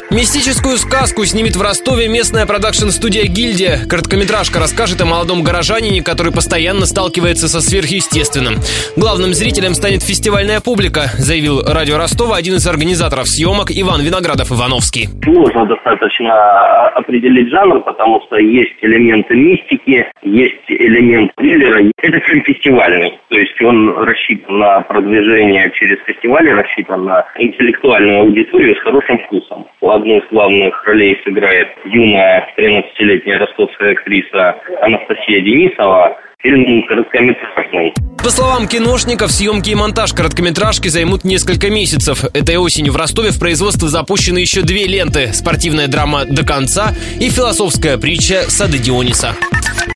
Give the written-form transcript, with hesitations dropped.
Мистическую сказку снимет в Ростове местная продакшн-студия «Гильдия». Короткометражка расскажет о молодом горожанине, который постоянно сталкивается со сверхъестественным. Главным зрителем станет фестивальная публика, заявил радио Ростова один из организаторов съемок Иван Виноградов-Ивановский. Сложно достаточно определить жанр, потому что есть элементы мистики, есть элемент триллера. Это фильм фестивальный, то есть он рассчитан на продвижение через фестивали, рассчитан на интеллектуальную аудиторию с хорошим вкусом. Одну из главных ролей сыграет юная 13-летняя ростовская актриса Анастасия Денисова. Фильм короткометражный. По словам киношников, съемки и монтаж короткометражки займут несколько месяцев. Этой осенью в Ростове в производство запущены еще 2 ленты: спортивная драма «До конца» и философская притча «Сады Диониса».